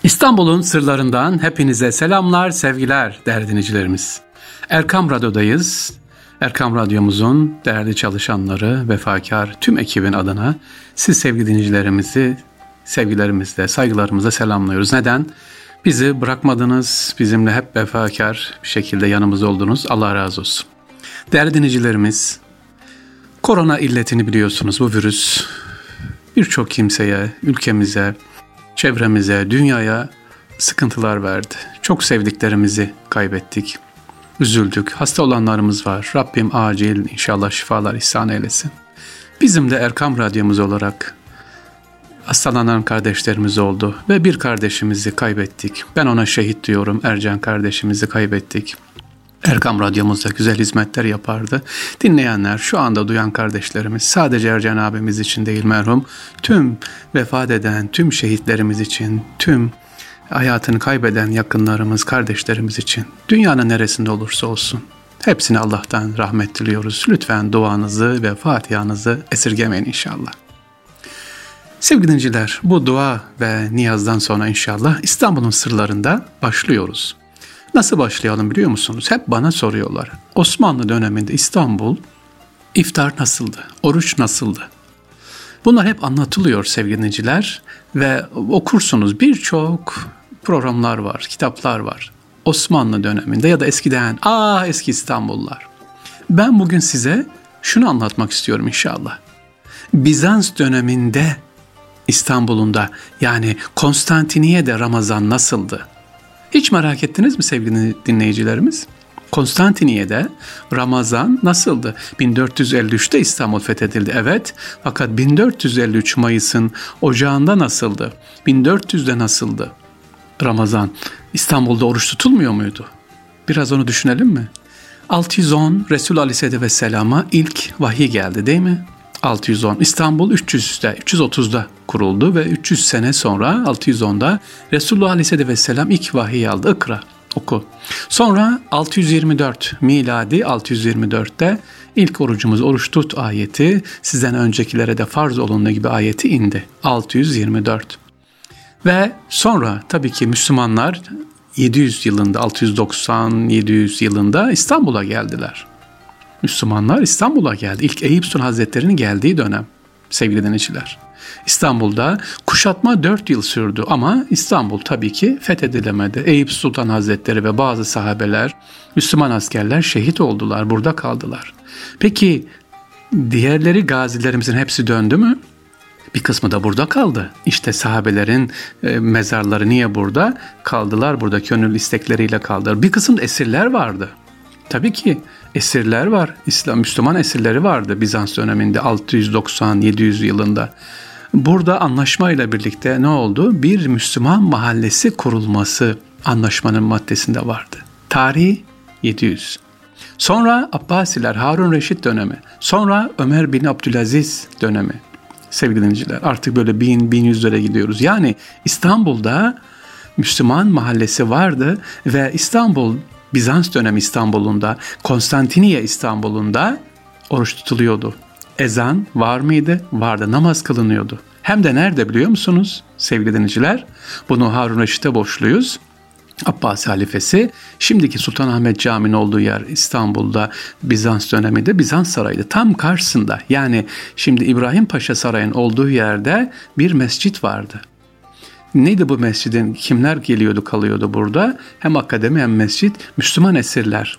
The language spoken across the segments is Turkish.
İstanbul'un sırlarından hepinize selamlar, sevgiler değerli dinleyicilerimiz. Erkam Radyo'dayız. Erkam Radyomuzun değerli çalışanları, vefakar tüm ekibin adına siz sevgili dinleyicilerimizi sevgilerimizle, saygılarımızla selamlıyoruz. Neden? Bizi bırakmadınız, bizimle hep vefakar bir şekilde yanımızda oldunuz. Allah razı olsun. Değerli dinleyicilerimiz, korona illetini biliyorsunuz. Bu virüs birçok kimseye, ülkemize, çevremize, dünyaya sıkıntılar verdi. Çok sevdiklerimizi kaybettik. Üzüldük. Hasta olanlarımız var. Rabbim acil inşallah şifalar ihsan eylesin. Bizim de Erkam Radyomuz olarak hastalanan kardeşlerimiz oldu ve bir kardeşimizi kaybettik. Ben ona şehit diyorum. Ercan kardeşimizi kaybettik. Erkam Radyomuzda güzel hizmetler yapardı. Dinleyenler, şu anda duyan kardeşlerimiz, sadece Ercan abimiz için değil merhum, tüm vefat eden, tüm şehitlerimiz için, tüm hayatını kaybeden yakınlarımız, kardeşlerimiz için, dünyanın neresinde olursa olsun, hepsine Allah'tan rahmet diliyoruz. Lütfen duanızı ve fatihanızı esirgemeyin inşallah. Sevgili dinleyiciler, bu dua ve niyazdan sonra inşallah İstanbul'un sırlarında başlıyoruz. Nasıl başlayalım biliyor musunuz? Hep bana soruyorlar. Osmanlı döneminde İstanbul, iftar nasıldı? Oruç nasıldı? Bunlar hep anlatılıyor sevgili dinleyiciler ve okursunuz, birçok programlar var, kitaplar var. Osmanlı döneminde ya da eskiden, eski İstanbullular. Ben bugün size şunu anlatmak istiyorum inşallah. Bizans döneminde İstanbul'unda, yani Konstantiniye'de Ramazan nasıldı? Hiç merak ettiniz mi sevgili dinleyicilerimiz? Konstantiniye'de Ramazan nasıldı? 1453'te İstanbul fethedildi, evet. Fakat 1453 Mayıs'ın ocağında nasıldı? 1400'de nasıldı Ramazan? İstanbul'da oruç tutulmuyor muydu? Biraz onu düşünelim mi? 610 Resul Aleyhisselatü Vesselam'a ilk vahiy geldi değil mi? 610. İstanbul 330'da kuruldu ve 300 sene sonra 610'da Resulullah Aleyhisselatü Vesselam ilk vahiy aldı. İkra, oku. Sonra 624 miladi 624'te ilk orucumuz oruç tut ayeti, sizden öncekilere de farz olunduğu gibi ayeti indi. 624. Ve sonra tabii ki Müslümanlar 700 yılında 690-700 yılında İstanbul'a geldiler. Müslümanlar İstanbul'a geldi. İlk Eyüp Sultan Hazretleri'nin geldiği dönem sevgili dinleyiciler. İstanbul'da kuşatma 4 yıl sürdü ama İstanbul tabii ki fethedilemedi. Eyüp Sultan Hazretleri ve bazı sahabeler, Müslüman askerler şehit oldular, burada kaldılar. Peki diğerleri, gazilerimizin hepsi döndü mü? Bir kısmı da burada kaldı. İşte sahabelerin mezarları niye burada? Kaldılar burada, gönül istekleriyle kaldılar. Bir kısım esirler vardı. Tabii ki esirler var. Müslüman esirleri vardı Bizans döneminde 690-700 yılında. Burada anlaşmayla birlikte ne oldu? Bir Müslüman mahallesi kurulması anlaşmanın maddesinde vardı. Tarihi 700. Sonra Abbasiler, Harun Reşit dönemi. Sonra Ömer bin Abdülaziz dönemi. Sevgili dinleyiciler, artık böyle 1000-1100'lere gidiyoruz. Yani İstanbul'da Müslüman mahallesi vardı ve İstanbul, Bizans dönemi İstanbul'unda, Konstantiniye İstanbul'unda oruç tutuluyordu. Ezan var mıydı? Vardı. Namaz kılınıyordu. Hem de nerede biliyor musunuz sevgili dinleyiciler? Bunu Harun Reşit'e borçluyuz. Abbasi halifesi, şimdiki Sultanahmet Camii'nin olduğu yer İstanbul'da Bizans döneminde Bizans Sarayı'ydı. Tam karşısında, yani şimdi İbrahim Paşa Sarayı'nın olduğu yerde bir mescit vardı. Neydi bu mescidin? Kimler geliyordu, kalıyordu burada? Hem akademi hem mescit. Müslüman esirler.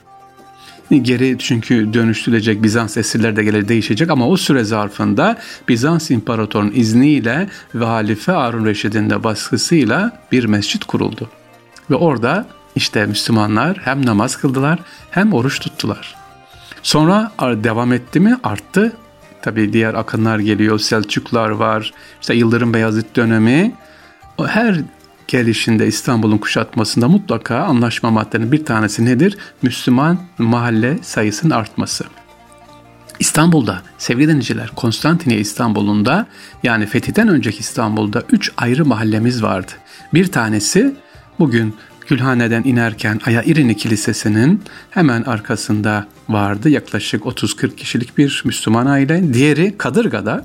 Geri çünkü dönüştürülecek Bizans esirler de gelir, değişecek ama o süre zarfında Bizans İmparator'un izniyle ve Halife Harun Reşid'in de baskısıyla bir mescit kuruldu. Ve orada işte Müslümanlar hem namaz kıldılar hem oruç tuttular. Sonra devam etti mi? Arttı. Tabii diğer akınlar geliyor. Selçuklar var. İşte Yıldırım Beyazıt dönemi. Her gelişinde İstanbul'un kuşatmasında mutlaka anlaşma maddelerinin bir tanesi nedir? Müslüman mahalle sayısının artması. İstanbul'da sevgili dinleyiciler, Konstantiniye İstanbul'unda, yani fethiden önceki İstanbul'da 3 ayrı mahallemiz vardı. Bir tanesi bugün Gülhane'den inerken Aya İrini Kilisesi'nin hemen arkasında vardı. Yaklaşık 30-40 kişilik bir Müslüman aile. Diğeri Kadırga'da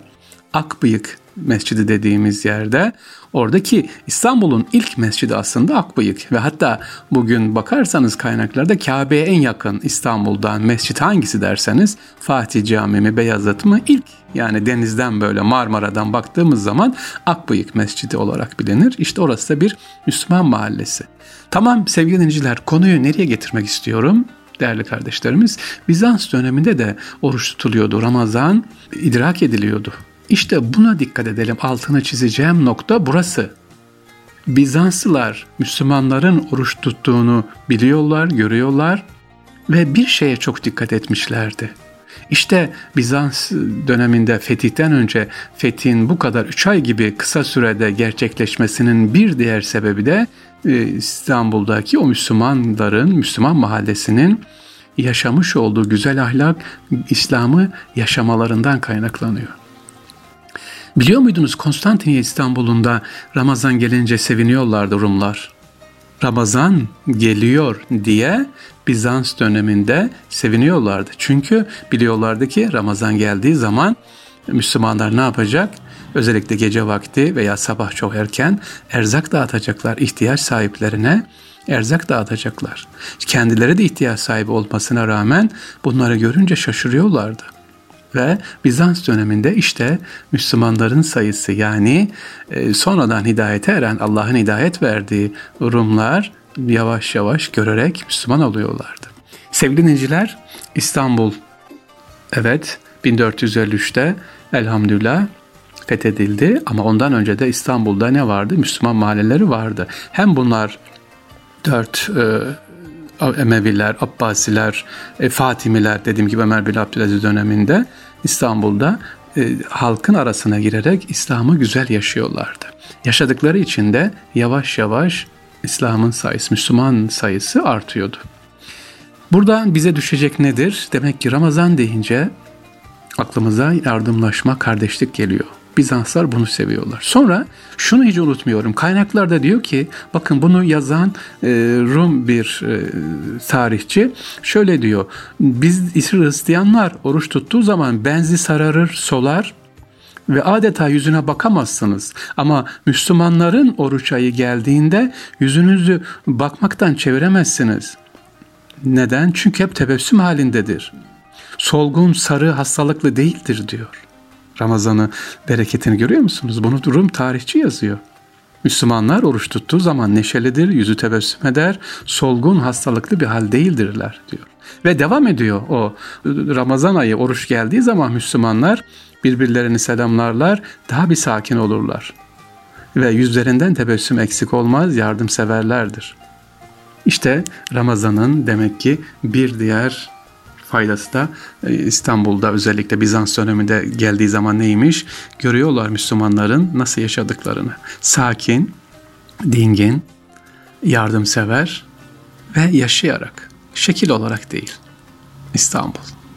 Akbıyık Mescidi dediğimiz yerde, oradaki İstanbul'un ilk mescidi aslında Akbıyık ve hatta bugün bakarsanız kaynaklarda Kabe'ye en yakın İstanbul'dan mescit hangisi derseniz Fatih Camii mi, Beyazıt mı? İlk, yani denizden böyle Marmara'dan baktığımız zaman Akbıyık Mescidi olarak bilinir. İşte orası da bir Müslüman mahallesi. Tamam sevgili dinleyiciler, konuyu nereye getirmek istiyorum? Değerli kardeşlerimiz, Bizans döneminde de oruç tutuluyordu, Ramazan idrak ediliyordu. İşte buna dikkat edelim, altını çizeceğim nokta burası. Bizanslılar Müslümanların oruç tuttuğunu biliyorlar, görüyorlar ve bir şeye çok dikkat etmişlerdi. İşte Bizans döneminde fetihten önce fethin bu kadar 3 ay gibi kısa sürede gerçekleşmesinin bir diğer sebebi de İstanbul'daki o Müslümanların, Müslüman mahallesinin yaşamış olduğu güzel ahlak, İslam'ı yaşamalarından kaynaklanıyor. Biliyor muydunuz Konstantiniye İstanbul'unda Ramazan gelince seviniyorlardı Rumlar. Ramazan geliyor diye Bizans döneminde seviniyorlardı. Çünkü biliyorlardı ki Ramazan geldiği zaman Müslümanlar ne yapacak? Özellikle gece vakti veya sabah çok erken erzak dağıtacaklar, ihtiyaç sahiplerine erzak dağıtacaklar. Kendileri de ihtiyaç sahibi olmasına rağmen bunları görünce şaşırıyorlardı. Ve Bizans döneminde işte Müslümanların sayısı, yani sonradan hidayete eren, Allah'ın hidayet verdiği Rumlar yavaş yavaş görerek Müslüman oluyorlardı. Sevgili dinleyiciler, İstanbul evet 1453'te elhamdülillah fethedildi ama ondan önce de İstanbul'da ne vardı? Müslüman mahalleleri vardı. Hem bunlar 4 Emeviler, Abbasiler, Fatimiler, dediğim gibi Ömer bin Abdülaziz döneminde İstanbul'da halkın arasına girerek İslam'ı güzel yaşıyorlardı. Yaşadıkları için de yavaş yavaş İslam'ın sayısı, Müslüman sayısı artıyordu. Buradan bize düşecek nedir? Demek ki Ramazan deyince aklımıza yardımlaşma, kardeşlik geliyor. Bizanslar bunu seviyorlar. Sonra şunu hiç unutmuyorum. Kaynaklarda diyor ki, bakın bunu yazan Rum bir tarihçi şöyle diyor. Biz Hristiyanlar oruç tuttuğu zaman benzi sararır, solar ve adeta yüzüne bakamazsınız. Ama Müslümanların oruç ayı geldiğinde yüzünüzü bakmaktan çeviremezsiniz. Neden? Çünkü hep tebessüm halindedir. Solgun, sarı, hastalıklı değildir diyor. Ramazan'ı, bereketini görüyor musunuz? Bunu Rum tarihçi yazıyor. Müslümanlar oruç tuttuğu zaman neşelidir, yüzü tebessüm eder, solgun, hastalıklı bir hal değildirler diyor. Ve devam ediyor o Ramazan ayı oruç geldiği zaman Müslümanlar birbirlerini selamlarlar, daha bir sakin olurlar. Ve yüzlerinden tebessüm eksik olmaz, yardımseverlerdir. İşte Ramazan'ın demek ki bir diğer faydası da İstanbul'da özellikle Bizans döneminde geldiği zaman neymiş? Görüyorlar Müslümanların nasıl yaşadıklarını. Sakin, dingin, yardımsever ve yaşayarak, şekil olarak değil. İstanbul.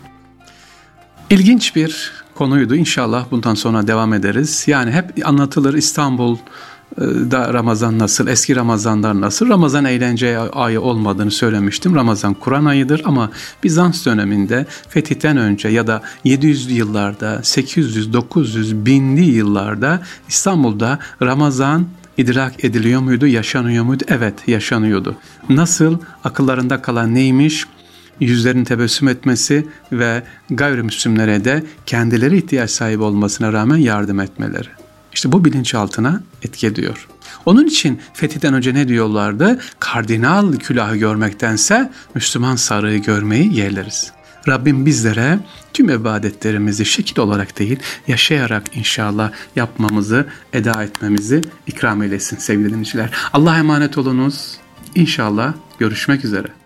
İlginç bir konuydu. İnşallah bundan sonra devam ederiz. Yani hep anlatılır İstanbul'da Ramazan nasıl, eski Ramazanlar nasıl? Ramazan eğlence ayı olmadığını söylemiştim. Ramazan Kur'an ayıdır ama Bizans döneminde fetihten önce ya da 700'lü yıllarda, 800, 900, 1000'li yıllarda İstanbul'da Ramazan idrak ediliyor muydu, yaşanıyor muydu? Evet, yaşanıyordu. Nasıl? Akıllarında kalan neymiş? Yüzlerin tebessüm etmesi ve gayrimüslimlere de kendileri ihtiyaç sahibi olmasına rağmen yardım etmeleri. İşte bu bilinçaltına etki ediyor. Onun için fetihten önce ne diyorlardı? Kardinal külahı görmektense Müslüman sarığı görmeyi yeğleriz. Rabbim bizlere tüm ibadetlerimizi şekil olarak değil, yaşayarak inşallah yapmamızı, eda etmemizi ikram eylesin sevgili dinleyiciler. Allah'a emanet olunuz. İnşallah görüşmek üzere.